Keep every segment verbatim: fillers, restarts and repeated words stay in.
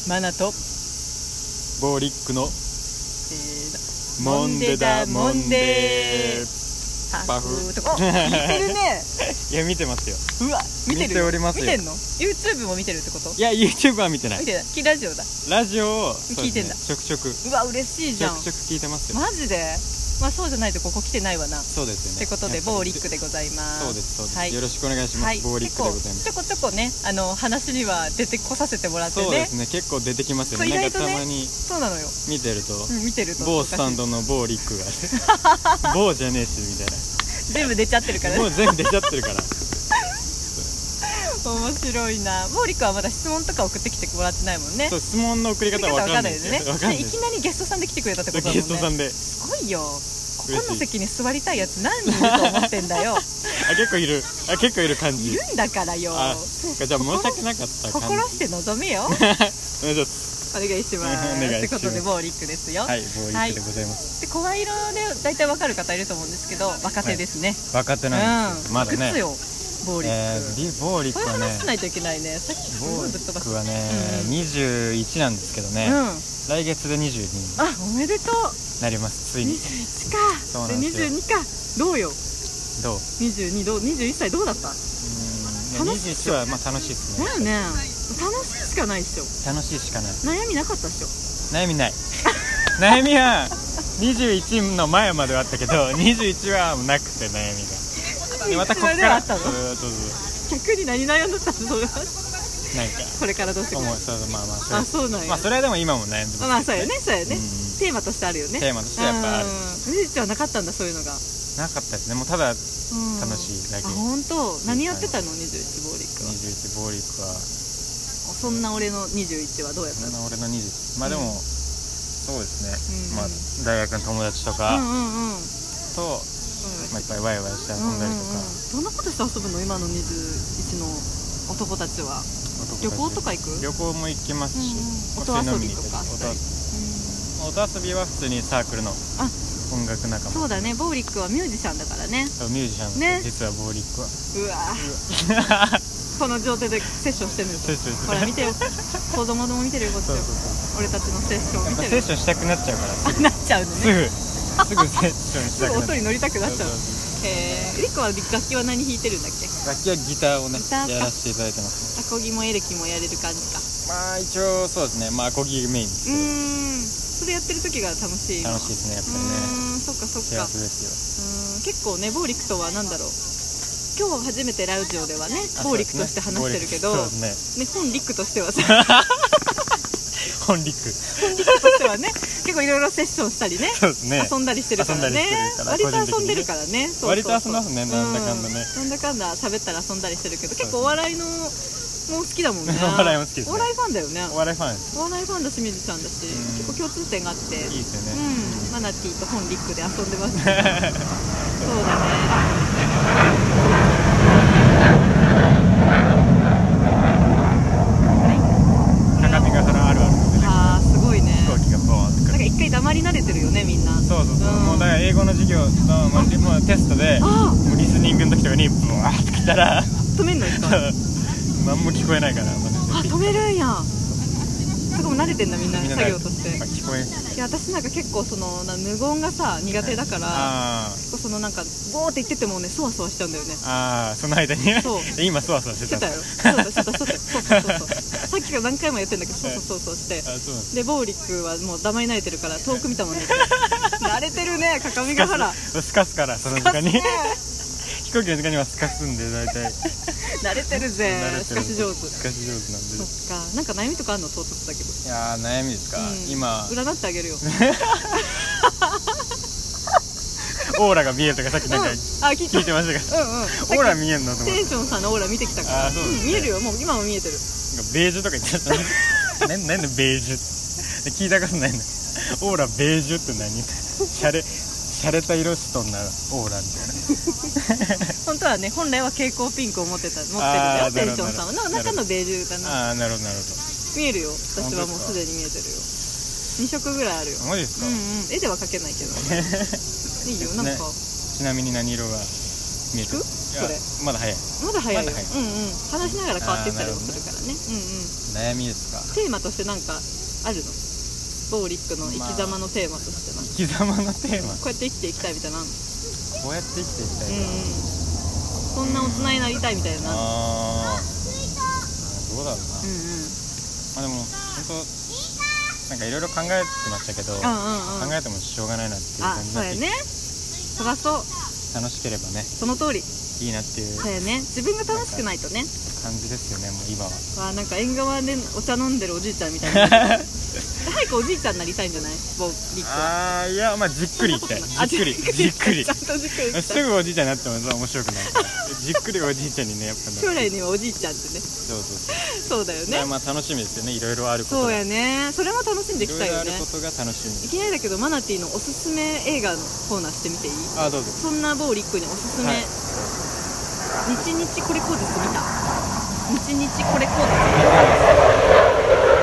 マナとボーリックの、えー、 モンデだモンデパフとか聞いてるねいや見てますよ。 うわ見てる見ておりますよ。 見てんの YouTube も見てるってこと？ いや YouTube は見てない。 見てない。ラジオだ。 ラジオを聞いてんだ、 ね、ちょくちょく。 うわ嬉しいじゃん。 ちょくちょく聞いてますよ。 マジで？まあそうじゃないとここ来てないわな。 そうですよね。 ってことでボーリックでございます。 そうですそうです、 はい、 よろしくお願いします、はい、ボーリックでございます。 ちょこちょこねあの話には出てこさせてもらってね。 そうですね、結構出てきますよね。なんかたまにそうなのよ。 見てると、 うん、見てると某スタンドのボーリックが某じゃねえしみたいな全部出ちゃってるからね。 もう全部出ちゃってるから面白いな。ボーリックはまだ質問とか送ってきてもらってないもんね。 そう、質問の送り方は分かんないですね。分かんない。 いきなりゲストさんで来てくれたってことだもんね。 ゲストさんで。 すごいよ。ここの席に座りたいやつ何人いると思ってんだよ。 あ、結構いる。あ、結構いる感じ。 いるんだからよ。 あ、そうか、じゃあ申し訳なかった感じ。 心して望めよ。 お願いします。 お願いします。 お願いします。 ってことでボーリックですよ。 はい、ボーリックでございます。 はい、で声色で大体わかる方いると思うんですけど、若手ですね。 はい、若手なんですよ。うん、まだね。 いくつよボーリック。 えー、ボーリックはね。 これ話さないといけないね。さっきすごいぶっ飛ばして。 ボーリックはね、うん、にじゅういちなんですけどね。うん、来月でにじゅうに。 あ、おめでとう。 なります。ついに。 にじゅういちか。 そうなんですよ。 にじゅうにか。どうよ。 どう？ にじゅうにどう？にじゅういっさいどうだった？うーん。にじゅういちはまあ楽しいですね。 だよね。楽しいしかないっしょ。 楽しいしかない。 悩みなかったっしょ。 悩みない。悩みはにじゅういちの前まではあったけど、にじゅういちはなくて悩みが。でまたここからそうそうそう。 逆に何悩んだったのそれは。 なんかこれからどうしていくの？ そうまあまあ。 あ、そうなんや。 まあそれはでも今も悩んでます。 まあそうやね、そうやね。テーマとしてあるよね。 テーマとしてやっぱある。 にじゅういちはなかったんだそういうのが。 なかったですね。もうただ楽しいだけ。 あ、本当。何やってたのにじゅういちボーリックは。 にじゅういちボーリックは。 そんな俺のにじゅういちはどうやったの？ そんな俺のにじゅういち。まあでもそうですね。まあ大学の友達とかとまあいっぱいワイワイして遊んだりとか。 どんなことして遊ぶの今のにじゅういちの男たちは？旅行とか行く？ 旅行も行きますし、 音遊びとかしたり。 音遊びは普通にサークルの音楽仲間。 そうだね、ボーリックはミュージシャンだからね。 そう、ミュージシャンね。実はボーリックはうわこの状態でセッションしてるんですよ。ほら見てよ、子供も見てるよこっち。俺たちのセッション見てる。 セッションしたくなっちゃうからなっちゃうのね。 すぐすぐセッションしたくなっちゃう。 すぐ音に乗りたくなっちゃう。へえ。リコは楽器は何弾いてるんだっけ？ 楽器はギターをねやらせていただいてます。 アコギもエレキもやれる感じか。 まあ一応そうですね。まあアコギメインですけど。うーん。それやってる時が楽しい。 楽しいですねやっぱりね。 うん、そっかそっか。 幸せですよ。 うん、結構ねボーリックとはなんだろう。今日初めてラジオではねボーリックとして話してるけど、ね本リックとしてはさ。 本リック。 本リックとしてはね結構いろいろセッションしたりね。 そうですね。 遊んだりしてるからね。割と遊んでるからね。 割と遊んでますね。なんだかんだね。 なんだかんだ喋ったら遊んだりしてるけど結構お笑いのもう好きだもんね。 お笑いも好きです。 お笑いファンだよね。 お笑いファンです。 お笑いファンだしミュージシャンだし結構共通点があっていいですよね。 うん。マナティーと本リックで遊んでます。そうだね。一回黙り慣れてるよねみんな。 そうそうそう、うん、もうだから英語の授業の、まあ、もうテストでもうリスニングの時とかにブワーって来たら止めんの一回何も聞こえないから、 まあ、止めるんや。そこも慣れてんだみんな作業として。 聞こえん。 いや私なんか結構そのな無言がさ苦手だから、はい、結構そのなんかボーって言っててもねそわそわしちゃうんだよね。 ああその間にそう今そわそわしてたよ。そうだそうだそうだそうそうそうさっきから何回も言ってんだけどそうそうそうそうしてでボーリックはもう黙り慣れてるから遠く見たもんね。慣れてるねかかみがはらスカスからその時間に飛行機の時間にはスカすんで大体慣れてるぜ。スカし上手。 スカし上手なんで。 そっか。なんか悩みとかあんの唐突だけど。 いやー悩みですか、うん、今占ってあげるよ。 オーラが見えるとかさっきなんか、うん、 あ聞いてましたから、うんうん、オーラ見えるのと思ってテンションさんのオーラ見てきたから、あそうですね、うん、見えるよ。もう今も見えてる。 ベージュとか言っちゃった何でベージュって聞いたことないの。オーラベージュって何シャレシャレた色しとんなオーラみたいな。 本当はね本来は蛍光ピンクを持ってた持ってるよテンションさんは。中のベージュだな。 ああなるほどなるほど。 見えるよ。私はもうすでに見えてるよ。に色ぐらいあるよ。 マジですか。 うんうん。絵では描けないけど。いいよなんか。 ちなみに何色が見えてる？ 聞く？ それまだ早いまだ早いよ、 まだ早いうんうん話しながら変わっていったりもするからね、うんうん悩みですか。 テーマとしてなんかあるの？ボーリックの生き様のテーマとしてなんか、 生き様のテーマ、 こうやって生きていきたいみたいなのあんの？ こうやって生きていきたいうんうんこんな大人になりたいみたいなのあんの？ あーどうだろうな、 うんうんまあでも本当なんかいろいろ考えてましたけど、 うんうんうん、 考えてもしょうがないなっていうあ、 感じそうやね、そらそう、 楽しければねその通り、 いいなっていうそうやね、自分が楽しくないとね感じですよね、もう今は。 わあ、なんか縁側でお茶飲んでるおじいちゃんみたいな早くおじいちゃんになりたいんじゃない？ボーリックは。 あーいや、まあじっくりいきたい、じっくりじっくりちゃんとじっくりいきたい。 すぐおじいちゃんになっても面白くないからじっくりおじいちゃんにね、やっぱ将来にはおじいちゃんってね。 そうそうそうそうだよね。 だからまあ楽しみですよね、いろいろあることが。 そうやね、それも楽しんでいきたいよね。 いろいろあることが楽しみ。 いきなりだけどマナティのおすすめ映画のコーナーしてみていい？ あ、どうぞ。 そんなボーリックにおすすめ、 はい、 日々これ口実見た？日々これ口実見た？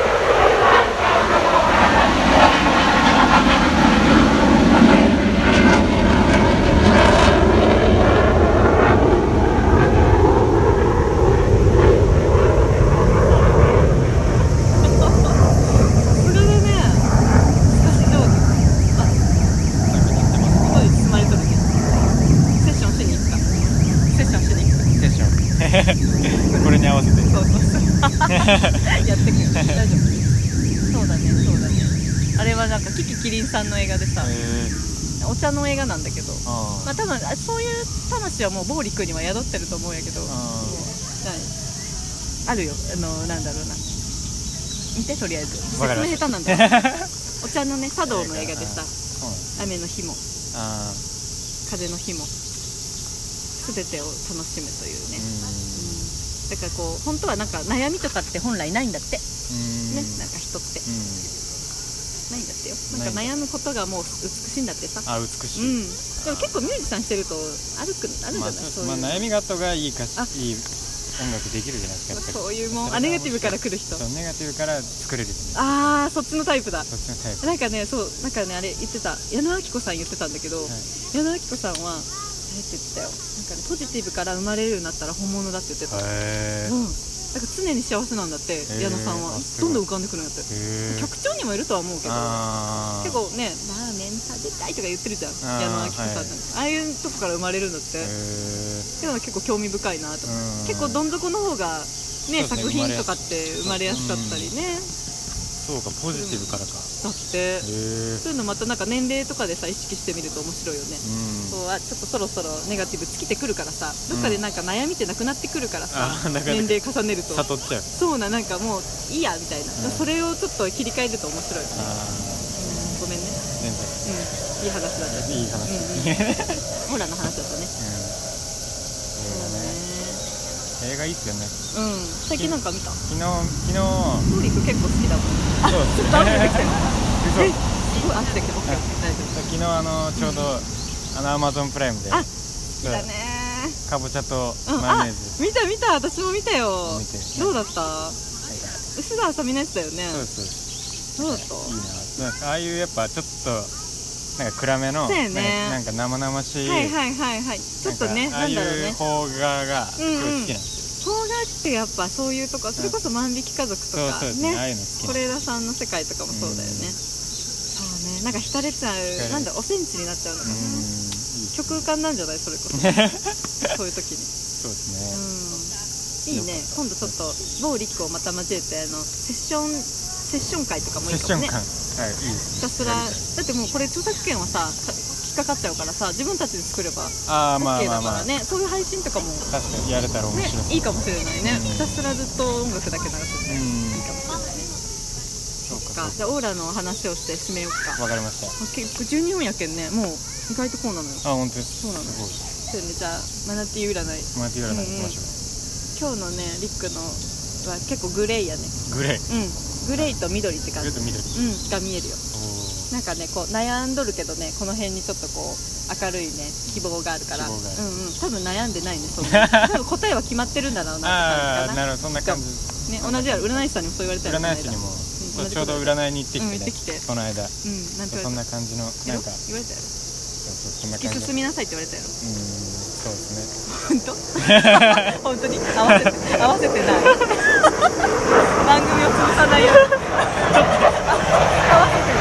これに合わせてそうそうそうやってくよ大丈夫。そうだねそうだね、あれはなんかキキキリンさんの映画でさ、お茶の映画なんだけど、あ、まあ、多分そういう魂はもうボーリックには宿ってると思うんやけど、あ, あるよ、あのなんだろうな、見てとりあえず説明下手なんだよお茶のね、茶道の映画でさ、雨の日もあ風の日も全てを楽しむというね、うん、だからこう本当はなんか悩みとかって本来ないんだって、うんね、なんか人ってないんだってよ、なんか悩むことがもう美しいんだってさ。あ、美しい、うん、でも結構ミュージシャンしてるとあるくあるじゃない、まあ、そういう、まあ、悩みがあった方がいいかいい音楽できるじゃないですか。そういうもうあネガティブから来る人、そうネガティブから作れる。ああ、そっちのタイプだ。そっちのタイプ。なんかね、そうなんかね、あれ言ってた矢野顕子さん言ってたんだけど、はい、矢野顕子さんはって言ってたよ、なんかね、ポジティブから生まれるようになったら本物だって言ってた。へー、うん、だから常に幸せなんだって、矢野さんは。どんどん浮かんでくるんだって。曲調にもいるとは思うけど、結構ね、ラーメン食べたいとか言ってるじゃん、矢野顕子さんって、はい、ああいうとこから生まれるんだって。っていうのは結構興味深いなと。結構どん底の方がね、作品とかって生まれやすかったりね。そうか、ポジティブからか。だってそういうのまたなんか年齢とかでさ意識してみると面白いよね。そう、あ、ちょっとそろそろネガティブ尽きてくるからさ、どっかでなんか悩みってなくなってくるからさ、年齢重ねると悟っちゃう。そうな、なんかもういいやみたいな、それをちょっと切り替えると面白いよね。ごめんね、全然、うん、いい話だった。いい話、ホラーの話だったね。映画いいっすよね。うん。最近なんか見た？昨日昨日。ボーリック結構好きだもん。あ、そうですね。ちょっと後で来てる。嘘。すごい後で来てる。大丈夫。昨日あのちょうどあのアマゾンプライムで。あ、好きだね。かぼちゃとマヨネーズ。見た見た、私も見たよ。どうだった？薄田あさみのやつだよね。そうです。どうだった？いいな。ああいうやっぱちょっと。なんか暗めの、ね、なんか生々しい、はいはいはいはい、ちょっとね、なんだろうね、邦画がすごい好きなんですよ。邦画ってやっぱそういうとこ、それこそ万引き家族とかね、是枝さんの世界とかもそうだよね。そうね、なんか浸れちゃう、なんだおセンチになっちゃうのかな。曲浮かんだんじゃない、それこそそういう時に。そうですね、いいね。今度ちょっとボーリックをまた交えて、あのセッションセッション会とかもいいかもね。はい、いいです。ひたすらだってもうこれ著作権はさ引っかかっちゃうからさ、自分たちで作れば OK だからね。そういう配信とかも確かにやれたら面白い、ね、いいかもしれないね、うん、ひたすらずっと音楽だけ流すって、うん、いいかもしれないね。そうか、じゃあオーラの話をして締めようか。わかりました。結構じゅうにほんやけんね、もう意外とこうなのよ。あ、本当です。そうなの。そうね、じゃあマナティー占いマナティー占いいきましょう、うんうん、今日のねリックのは結構グレーやね。グレー、うん、グレーと緑って感じ、グレーと緑、うん、が見えるよ。なんかね、こう悩んどるけどね、この辺にちょっとこう明るいね希望があるから、うんうん、多分悩んでないね。そう多分答えは決まってるんだろうなって感じかな。あ、なるほど、そんな感じね。同じやろ、占い師さんにもそう言われたよね。占い師にも、うん、ちょうど占いに行ってきて、ね、うん、行ってきてこの間、うん、なんて言われた？そんな感じのなんか言われたやろ。そうそう、そんな感じ。突き進みなさいって言われたやろ。うん、 そうですね。 本当本当に合わせて合わせてない番組を潰さないようにちょっと合わせて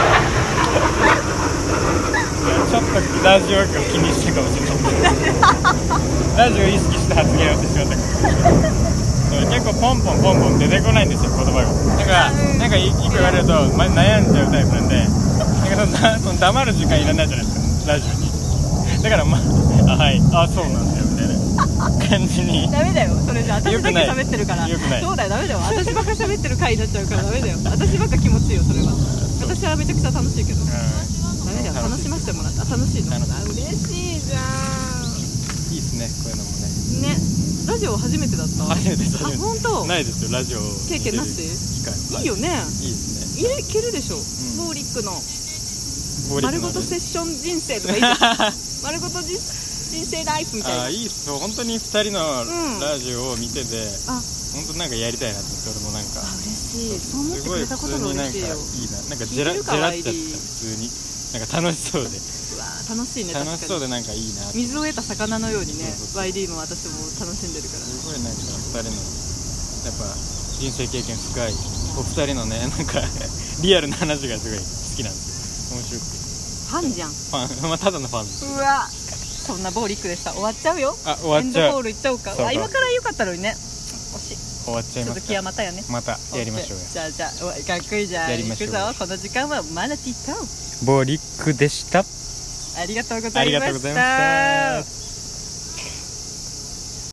ないちょっとラジオが気にしたかもしれないラジオ意識して発言をしてしまったかもしれない結構ポンポンポンポン出てこないんですよ、言葉が。だからなんか一個言われると、ま、悩んじゃうタイプなんで、なんかその黙る時間いらないじゃないですか、ラジオに。だからまあ、あ、はい、あ、そうなんだよみたいな感じに。 ダメだよ、それじゃ私だけ喋ってるから。 よくない。 そうだよ、ダメだよ、私ばっか喋ってる回になっちゃうからダメだよ。私ばっか気持ちいいよ、それは。私はめちゃくちゃ楽しいけど、うん、ダメだよ、楽しませてもらった。楽しいの。あ、嬉しいじゃん。 いいっすね、こういうのもね。 ね、ラジオ初めてだった。 初めてです。 あ、本当。 ないですよ、ラジオ経験なし。いいよね。 いいですね。 いけるでしょ、うん、ボーリックの丸ごとセッション人生とかいいじゃん丸ごと人生ライフみたいな。 あ、いいっすよ、本当にふたりのラジオを見てて、うん、あ、本当なんかやりたいなって、俺もなんか。 あ、嬉しい。そう思ってくれたことが嬉しいよ。 いいな、なんかジェラジェラっちゃった、普通になんか楽しそうで。 うわ、楽しいね。 楽しそうでなんかいいな。 水を得た魚のようにね、そうそうそう、ワイディー も私も楽しんでるから。 すごいなんかふたりのやっぱ人生経験深いお二人のね、なんかリアルな話がすごい好きなんですよ。面白くて。 ファンじゃん。 ファン、まあただのファンです。 うわ、そんなボーリックでした。終わっちゃうよ。 あ、終わっちゃう。 エンドホール行っちゃおうか。あ、今から良かったのにね。惜しい。 終わっちゃいますか。 続きはまたやね。 またやりましょうよ。 じゃあじゃあ、かっこいいじゃん。 やりましょう。 行くぞ。この時間はマナティートーク。 ボーリックでした。 ありがとうございました。 ありがとうございました。